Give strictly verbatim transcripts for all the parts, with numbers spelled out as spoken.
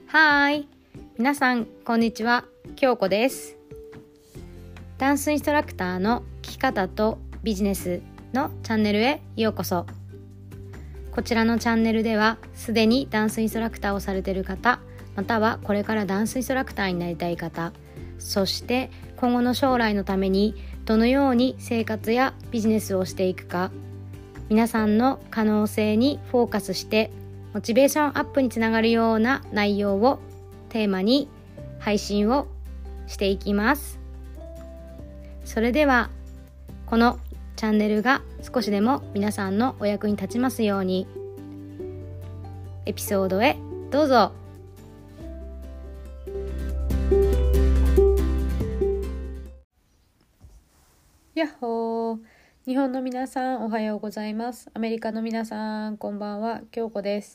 はーい、皆さんこんにちは、京子です。ダンスインストラクターの生き方とビジネスのチャンネルへようこそ。こちらのチャンネルではすでにダンスインストラクターをされている方、またはこれからダンスインストラクターになりたい方、そして今後の将来のためにどのように生活やビジネスをしていくか、皆さんの可能性にフォーカスしてモチベーションアップにつながるような内容をテーマに配信をしていきます。それではこのチャンネルが少しでも皆さんのお役に立ちますように、エピソードへどうぞ。やっほー、日本の皆さんおはようございます。アメリカの皆さんこんばんは、京子です。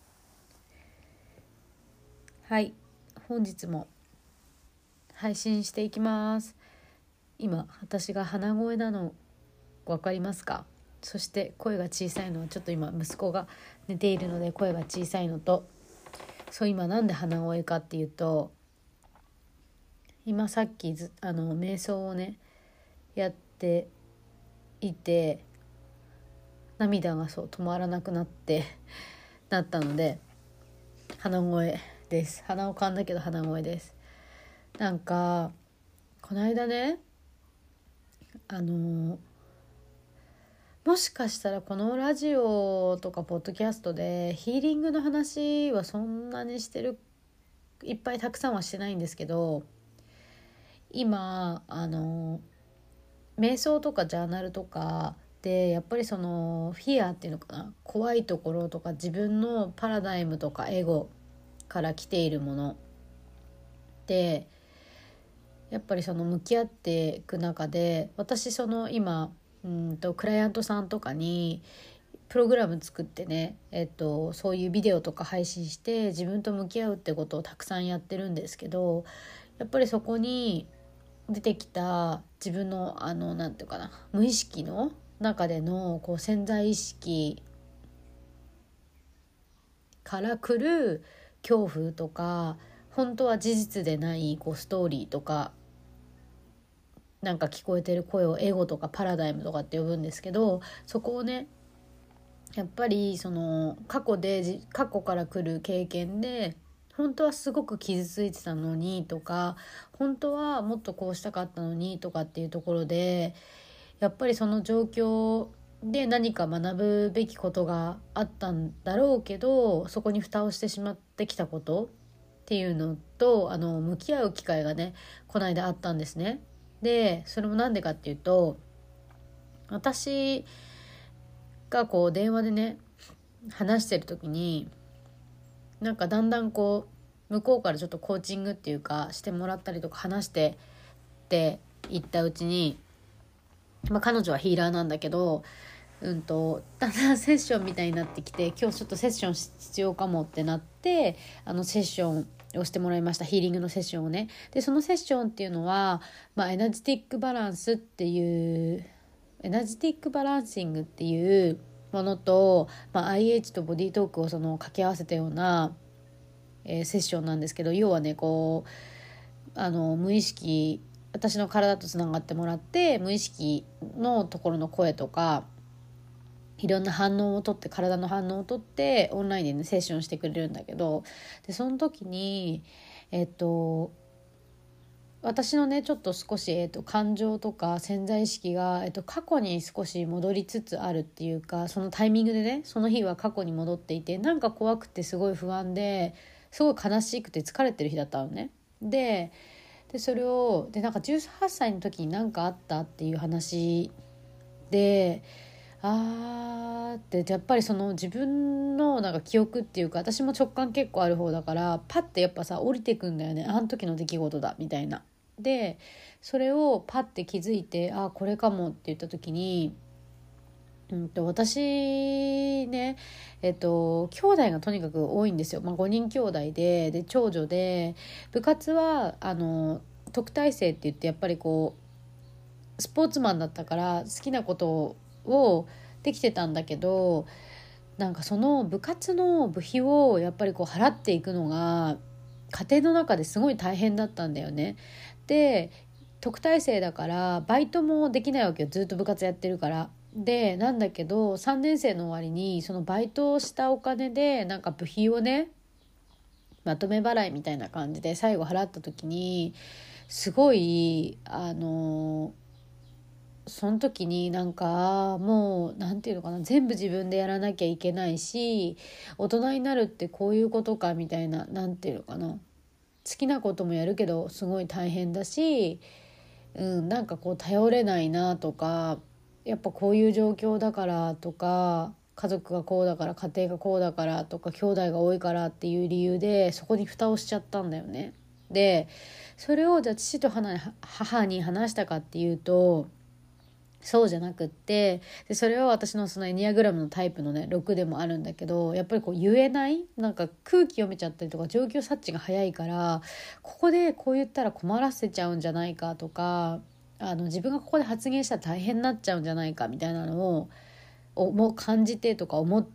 はい、本日も配信していきます。今私が鼻声なの分かりますか？そして声が小さいのはちょっと今息子が寝ているので声が小さいのと、そう今なんで鼻声かっていうと、今さっきずあの瞑想をねやっていて涙がそう止まらなくなってなったので鼻声です。鼻を噛んだけど鼻声です。なんかこの間ね、あのもしかしたらこのラジオとかポッドキャストでヒーリングの話はそんなにしてるいっぱいたくさんはしてないんですけど、今あの瞑想とかジャーナルとかでやっぱりそのフィアっていうのかな、怖いところとか自分のパラダイムとかエゴから来ているものでやっぱりその向き合っていく中で、私その今うんとクライアントさんとかにプログラム作ってね、えっと、そういうビデオとか配信して自分と向き合うってことをたくさんやってるんですけど、やっぱりそこに出てきた自分のあのなんていうかな、無意識の中でのこう潜在意識から来る恐怖とか、本当は事実でないこうストーリーとか、なんか聞こえてる声をエゴとかパラダイムとかって呼ぶんですけど、そこをねやっぱりその過去で過去から来る経験で本当はすごく傷ついてたのにとか、本当はもっとこうしたかったのにとかっていうところで、やっぱりその状況で何か学ぶべきことがあったんだろうけど、そこに蓋をしてしまってきたことっていうのとあの向き合う機会がねこの間あったんですね。でそれもなんでかっていうと、私がこう電話でね話してる時になんかだんだんこう向こうからちょっとコーチングっていうかしてもらったりとか話してって言ったうちに、まあ、彼女はヒーラーなんだけど、うんとだんだんセッションみたいになってきて、今日ちょっとセッション必要かもってなって、あのセッションをしてもらいました。ヒーリングのセッションをね。でそのセッションっていうのは、まあ、エナジティックバランスっていうエナジティックバランシングっていうものと、まあ、アイエイチ とボディートークをその掛け合わせたような、えー、セッションなんですけど、要はねこうあの無意識、私の体とつながってもらって無意識のところの声とかいろんな反応をとって、体の反応をとってオンラインで、ね、セッションしてくれるんだけど、でその時にえっと私のねちょっと少し、えー、と感情とか潜在意識が、えー、と過去に少し戻りつつあるっていうか、そのタイミングでねその日は過去に戻っていて、なんか怖くてすごい不安ですごい悲しくて疲れてる日だったのね。ででそれをでなんかじゅうはっさいの時に何かあったっていう話で、あーってやっぱりその自分のなんか記憶っていうか、私も直感結構ある方だからパッてやっぱさ降りてくんだよね、あの時の出来事だみたいな。でそれをパッて気づいて、あこれかもって言った時に、うんと私ねえっと兄弟がとにかく多いんですよ、まあ、ごにん兄弟でで長女で、部活はあの特待生って言ってやっぱりこうスポーツマンだったから好きなことをできてたんだけど、 なんかその部活の部費をやっぱりこう払っていくのが家庭の中ですごい大変だったんだよね。で特待生だからバイトもできないわけよ、ずっと部活やってるから。でなんだけどさんねん生の終わりにそのバイトをしたお金でなんか部費をねまとめ払いみたいな感じで最後払った時にすごいあのその時になんかもうなんていうのかな、全部自分でやらなきゃいけないし、大人になるってこういうことかみたいな、なんていうのかな、好きなこともやるけどすごい大変だし、うん、なんかこう頼れないなとか、やっぱこういう状況だからとか、家族がこうだから家庭がこうだからとか兄弟が多いからっていう理由でそこに蓋をしちゃったんだよね。でそれをじゃあ父と母に話したかっていうとそうじゃなくって、でそれは私のそのエニアグラムのタイプのねろくでもあるんだけど、やっぱりこう言えない、なんか空気読めちゃったりとか状況察知が早いから、ここでこう言ったら困らせちゃうんじゃないかとか、あの自分がここで発言したら大変になっちゃうんじゃないかみたいなのをもう感じてとか思って、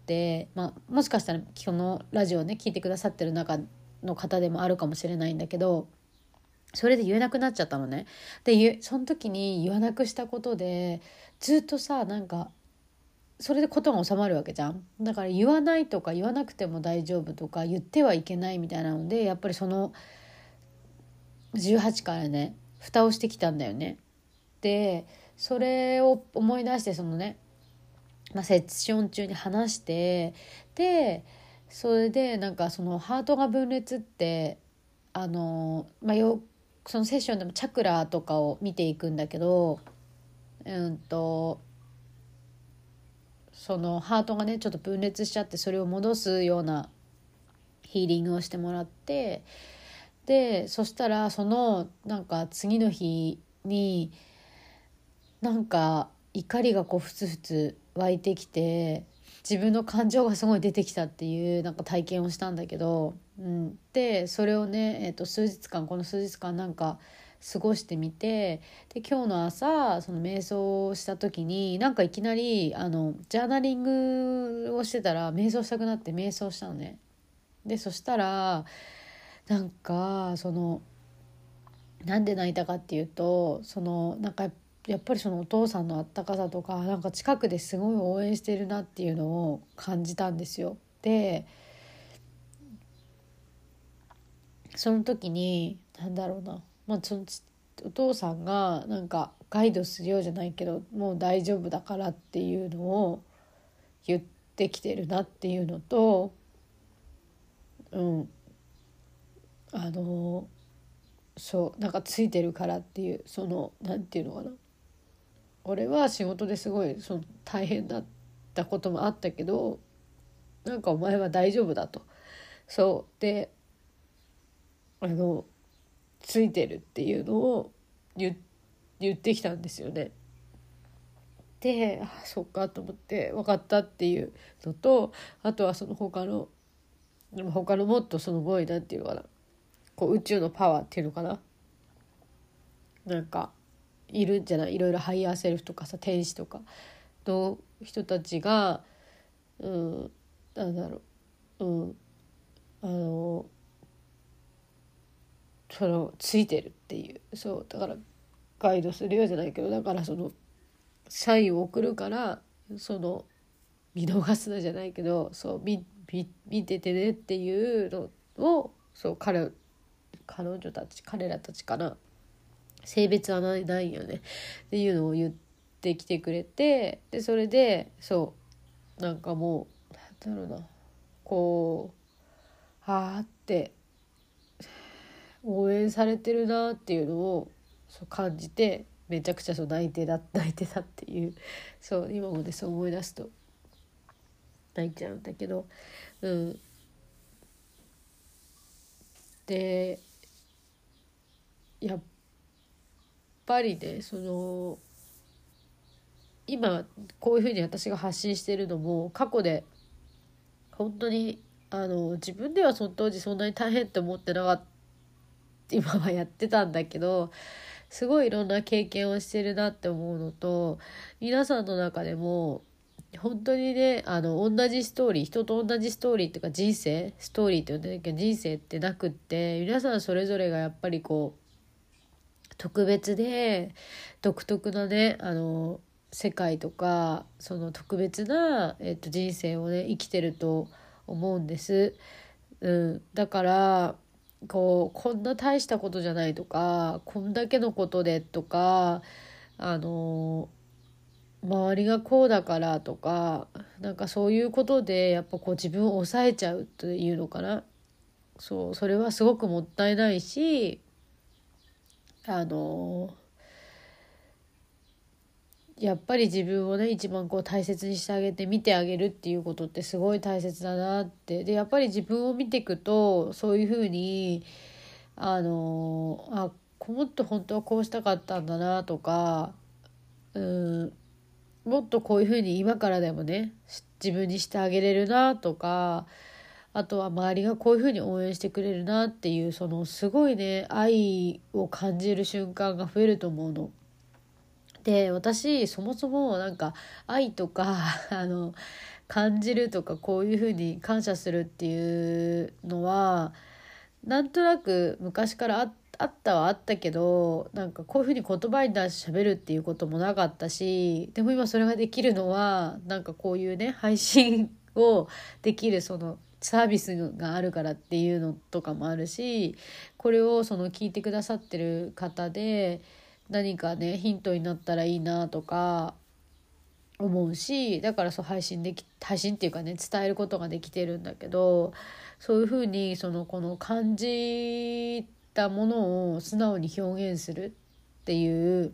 まあ、もしかしたらこのラジオね聞いてくださってる中の方でもあるかもしれないんだけど、それで言えなくなっちゃったのね。でその時に言わなくしたことでずっとさ、なんかそれでことが収まるわけじゃん。だから言わないとか言わなくても大丈夫とか言ってはいけないみたいなので、やっぱりそのじゅうはちからね蓋をしてきたんだよね。でそれを思い出して、そのね、まあ、セッション中に話して、でそれでなんかそのハートが分裂ってあの、まあ、よそのセッションでもチャクラとかを見ていくんだけど、うんとそのハートがねちょっと分裂しちゃって、それを戻すようなヒーリングをしてもらって、でそしたらそのなんか次の日になんか怒りがこうふつふつ湧いてきて、自分の感情がすごい出てきたっていうなんか体験をしたんだけど、うん、でそれをね、えーと、数日間この数日間なんか過ごしてみて、で今日の朝その瞑想をした時になんかいきなりあのジャーナリングをしてたら瞑想したくなって瞑想したのね。でそしたらなんかそのなんで泣いたかっていうと、そのなんかやっぱりそのお父さんのあったかさとか、なんか近くですごい応援してるなっていうのを感じたんですよ。でその時になんだろうな、まあ、そのお父さんがなんかガイドするようじゃないけどもう大丈夫だからっていうのを言ってきてるなっていうのと、うんあのそうなんかついてるからっていう、そのなんていうのかな、俺は仕事ですごいその大変だったこともあったけど、なんかお前は大丈夫だと、そうであのついてるっていうのを言言ってきたんですよね。であそっかと思って分かったっていうのと、あとはその他のでも他のもっとそのボイなんていうのかな、こう宇宙のパワーっていうのかな、なんかいるんじゃない、いろいろハイヤーセルフとかさ天使とかの人たちが、うん、なんだろう、うん、あのそのついてるっていう、そうだからガイドするようじゃないけど、だからそのサインを送るからその見逃すなじゃないけど、そう見見見ててねっていうのを、そう彼彼女たち彼らたちかな、性別はないないよねっていうのを言ってきてくれて、でそれでそうなんかもうなんだろうな、こうはあって応援されてるなっていうのをそう感じて、めちゃくちゃそう泣いてだ泣いてたっていう、そう今もねそう思い出すと泣いちゃうんだけど、うんでやっぱりねその今こういうふうに私が発信してるのも過去で本当にあの自分ではその当時そんなに大変って思ってなかった、今はやってたんだけどすごいいろんな経験をしてるなって思うのと、皆さんの中でも本当にね、あの同じストーリー、人と同じストーリーっていうか人生、ストーリーって呼んでるけど人生ってなくって、皆さんそれぞれがやっぱりこう特別で独特なね、あの世界とかその特別な、えっと、人生をね生きてると思うんです。うん、だからこうこんな大したことじゃないとか、こんだけのことでとか、あの周りがこうだからとか、なんかそういうことでやっぱこう自分を抑えちゃうというのかな。そう、それはすごくもったいないし、あのやっぱり自分をね一番こう大切にしてあげて見てあげるっていうことってすごい大切だなって。でやっぱり自分を見ていくとそういうふうにあのあもっと本当はこうしたかったんだなとか、うんもっとこういうふうに今からでもね自分にしてあげれるなとか、あとは周りがこういうふうに応援してくれるなっていう、そのすごいね愛を感じる瞬間が増えると思うの。で私そもそもなんか愛とかあの感じるとか、こういうふうに感謝するっていうのはなんとなく昔からああったはあったけど、なんかこういうふうに言葉に出して喋るっていうこともなかったし、でも今それができるのはなんかこういうね配信をできるそのサービスがあるからっていうのとかもあるし、これをその聞いてくださってる方で何かねヒントになったらいいなとか思うし、だからそう配信でき配信っていうかね伝えることができてるんだけど、そういうふうにそのこの感じたものを素直に表現するっていう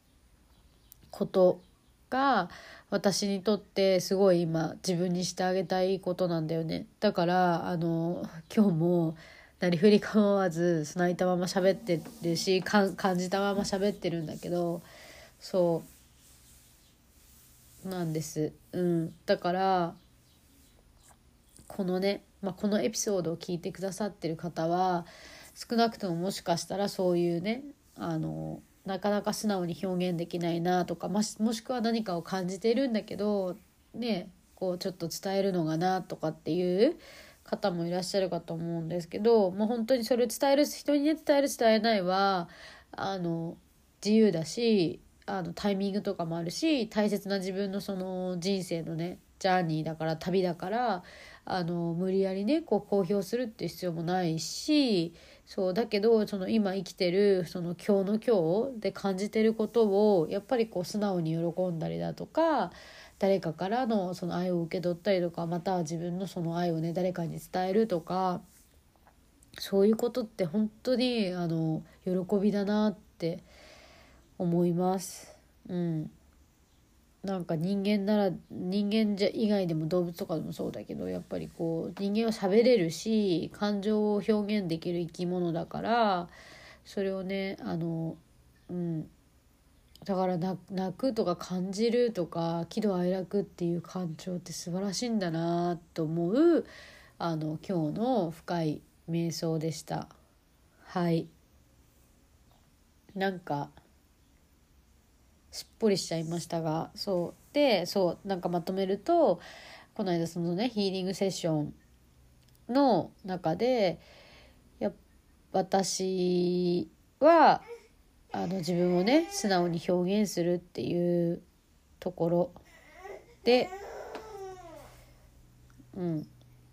ことが私にとってすごい今自分にしてあげたいことなんだよね。だからあの今日もなりふり構わず泣いたまま喋ってるし、か感じたまま喋ってるんだけど、そうなんです。うん、だからこのね、まあ、このエピソードを聞いてくださってる方は少なくとももしかしたらそういうね、あのなかなか素直に表現できないなとか、もし、もしくは何かを感じているんだけどね、こうちょっと伝えるのがなとかっていう方もいらっしゃるかと思うんですけど、もう本当にそれを伝える人にね伝える伝えないはあの自由だし、あのタイミングとかもあるし、大切な自分のその人生のねジャーニーだから旅だから、あの無理やりねこう公表するっていう必要もないし、そうだけどその今生きてるその今日の今日で感じてることをやっぱりこう素直に喜んだりだとか、誰かからのその愛を受け取ったりとか、または自分のその愛をね誰かに伝えるとか、そういうことって本当にあの喜びだなって思います。うん。なんか人間なら人間じゃ以外でも動物とかでもそうだけど、やっぱりこう人間は喋れるし感情を表現できる生き物だから、それをねあのうんだから泣くとか感じるとか喜怒哀楽っていう感情って素晴らしいんだなと思うあの今日の深い瞑想でした。はい、なんかしっぽりしちゃいましたが、そうでそうなんかまとめると、この間そのねヒーリングセッションの中でや私はあの自分をね素直に表現するっていうところで、うん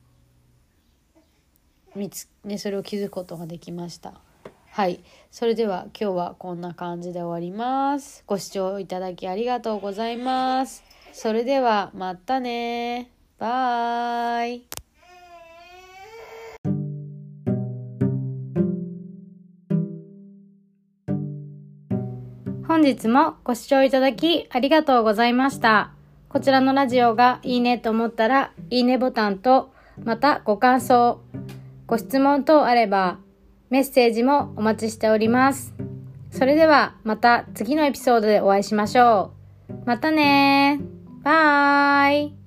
見つねそれを気づくことができました。はい、それでは今日はこんな感じで終わります。ご視聴いただきありがとうございます。それではまたね。バイ。 本日もご視聴いただきありがとうございました。こちらのラジオがいいねと思ったらいいねボタンと、またご感想、ご質問等あればメッセージもお待ちしております。それではまた次のエピソードでお会いしましょう。またねー。バイ。